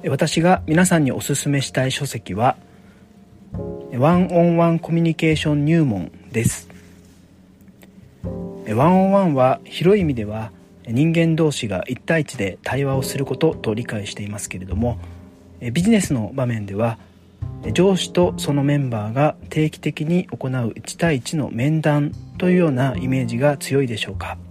私が皆さんにお勧めしたい書籍はワンオンワンコミュニケーション入門です。ワンオンワンは広い意味では人間同士が1対1で対話をすることと理解していますけれども、ビジネスの場面では上司とそのメンバーが定期的に行う1対1の面談というようなイメージが強いでしょうか。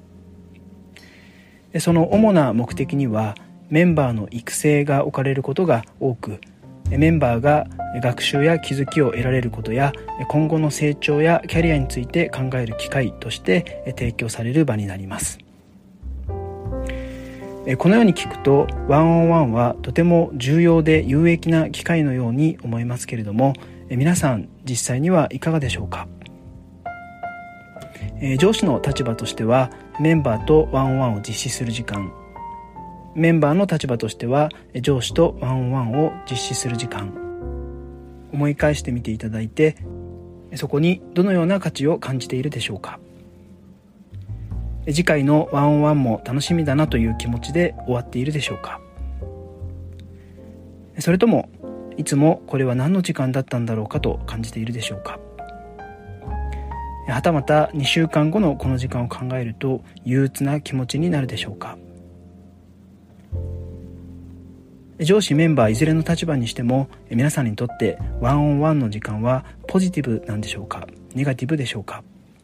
その主な目的にはメンバーの育成が置かれることが多く、メンバーが学習や気づきを得られることや今後の成長やキャリアについて考える機会として提供される場になります。このように聞くとワンオンワンはとても重要で有益な機会のように思いますけれども、皆さん実際にはいかがでしょうか。上司の立場としてはメンバーとワンオンワンを実施する時間、メンバーの立場としては上司とワンオンワンを実施する時間、思い返してみていただいて、そこにどのような価値を感じているでしょうか。次回のワンオンワンも楽しみだなという気持ちで終わっているでしょうか。それともいつもこれは何の時間だったんだろうかと感じているでしょうか。はたまた2週間後のこの時間を考えると憂鬱な気持ちになるでしょうか。上司メンバーいずれの立場にしても皆さんにとってワンオンワンの時間はポジティブなんでしょうか、ネガティブでしょうか。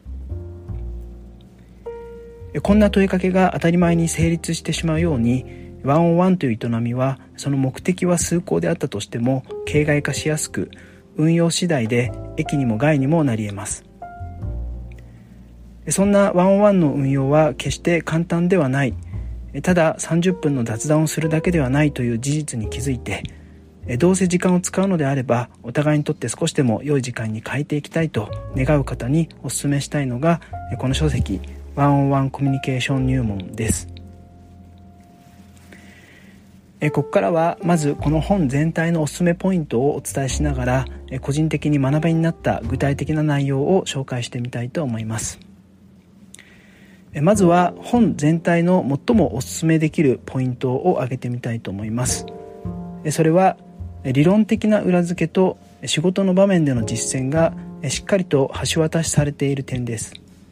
こんな問いかけが当たり前に成立してしまうように、ワンオンワンという営みはその目的は崇高であったとしても形骸化しやすく、運用次第で益にも害にもなり得ます。そんなワンオンワンの運用は決して簡単ではない、ただ30分の雑談をするだけではないという事実に気づいて、どうせ時間を使うのであればお互いにとって少しでも良い時間に変えていきたいと願う方にお勧めしたいのがこの書籍ワンオンワンコミュニケーション入門です。ここからはまずこの本全体のおすすめポイントをお伝えしながら、個人的に学びになった具体的な内容を紹介してみたいと思います。まずは本全体の最もおすすめできるポイントを挙げてみたいと思います。それは理論的な裏付けと仕事の場面での実践がしっかりと橋渡しされている点です。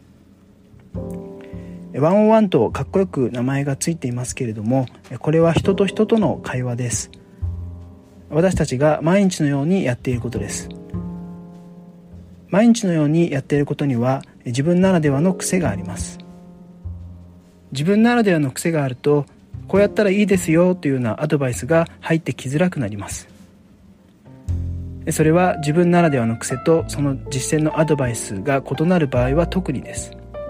ワンオンワンとかっこよく名前がついていますけれども、これは人と人との会話です。私たちが毎日のようにやっていることです。毎日のようにやっていることには自分ならではの癖があります。自分ならではの癖があると、こうやったらいいですよというようなアドバイスが入ってきづらくなります。それは自分ならではの癖とその実践のアドバイスが異なる場合は特にです。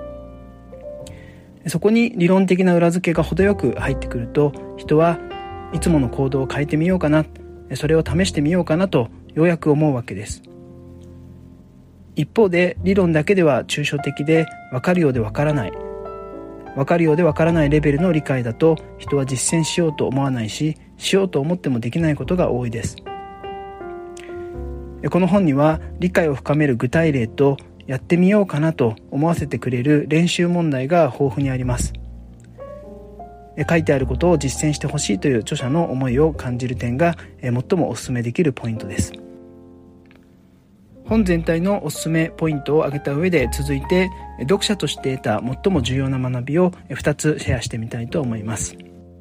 そこに理論的な裏付けが程よく入ってくると、人はいつもの行動を変えてみようかな、それを試してみようかなとようやく思うわけです。一方で理論だけでは抽象的で分かるようで分からない、分かるようで分からないレベルの理解だと人は実践しようと思わないし、しようと思ってもできないことが多いです。この本には理解を深める具体例とやってみようかなと思わせてくれる練習問題が豊富にあります。書いてあることを実践してほしいという著者の思いを感じる点が最もお勧めできるポイントです。本全体のおすすめポイントを挙げた上で、続いて読者として得た最も重要な学びを2つシェアしてみたいと思います。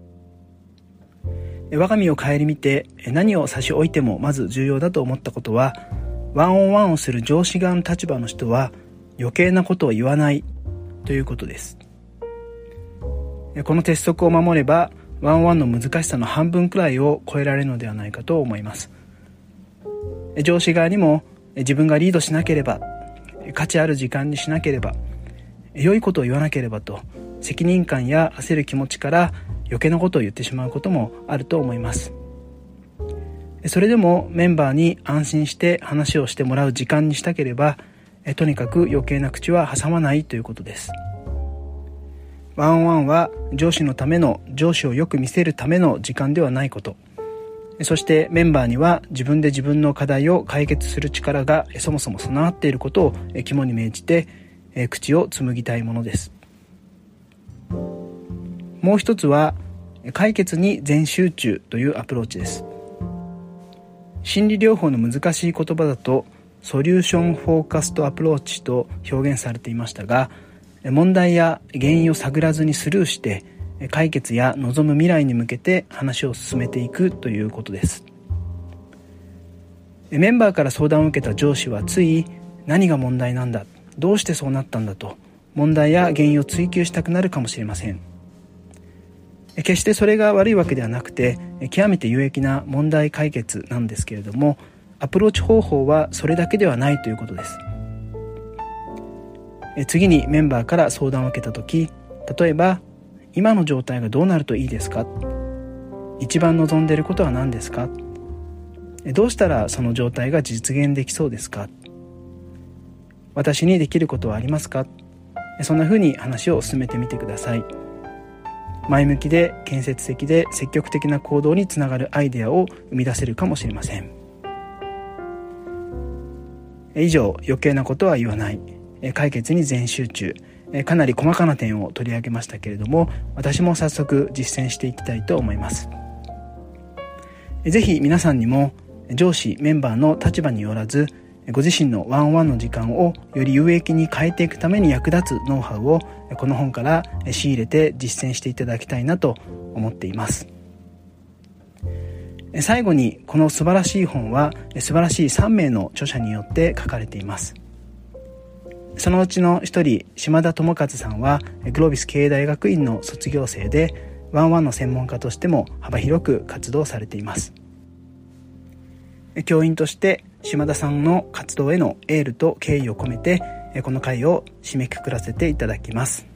我が身を顧みて何を差し置いてもまず重要だと思ったことは、ワンオンワンをする上司側の立場の人は余計なことを言わないということです。この鉄則を守ればワンオンワンの難しさの半分くらいを超えられるのではないかと思います。上司側にも自分がリードしなければ、価値ある時間にしなければ、良いことを言わなければと責任感や焦る気持ちから余計なことを言ってしまうこともあると思います。それでもメンバーに安心して話をしてもらう時間にしたければ、とにかく余計な口は挟まないということです。ワンオンワンは上司のための、上司をよく見せるための時間ではないこと、そしてメンバーには自分で自分の課題を解決する力がそもそも備わっていることを肝に銘じて口を紡ぎたいものです。もう一つは解決に全集中というアプローチです。心理療法の難しい言葉だとソリューションフォーカストアプローチと表現されていましたが、問題や原因を探らずにスルーして解決や望む未来に向けて話を進めていくということです。メンバーから相談を受けた上司はつい何が問題なんだ、どうしてそうなったんだと問題や原因を追求したくなるかもしれません。決してそれが悪いわけではなくて極めて有益な問題解決なんですけれども、アプローチ方法はそれだけではないということです。次にメンバーから相談を受けたとき、例えば今の状態がどうなるといいですか、一番望んでいることは何ですか、どうしたらその状態が実現できそうですか、私にできることはありますか、そんな風に話を進めてみてください。前向きで建設的で積極的な行動につながるアイデアを生み出せるかもしれません。以上、余計なことは言わない、解決に全集中、かなり細かな点を取り上げましたけれども、私も早速実践していきたいと思います。ぜひ皆さんにも上司メンバーの立場によらず、ご自身のワンオンワンの時間をより有益に変えていくために役立つノウハウをこの本から仕入れて実践していただきたいなと思っています。最後に、この素晴らしい本は素晴らしい3名の著者によって書かれています。そのうちの一人、島田智和さんはグロービス経営大学院の卒業生で、ワンワンの専門家としても幅広く活動されています。教員として島田さんの活動へのエールと敬意を込めて、この回を締めくくらせていただきます。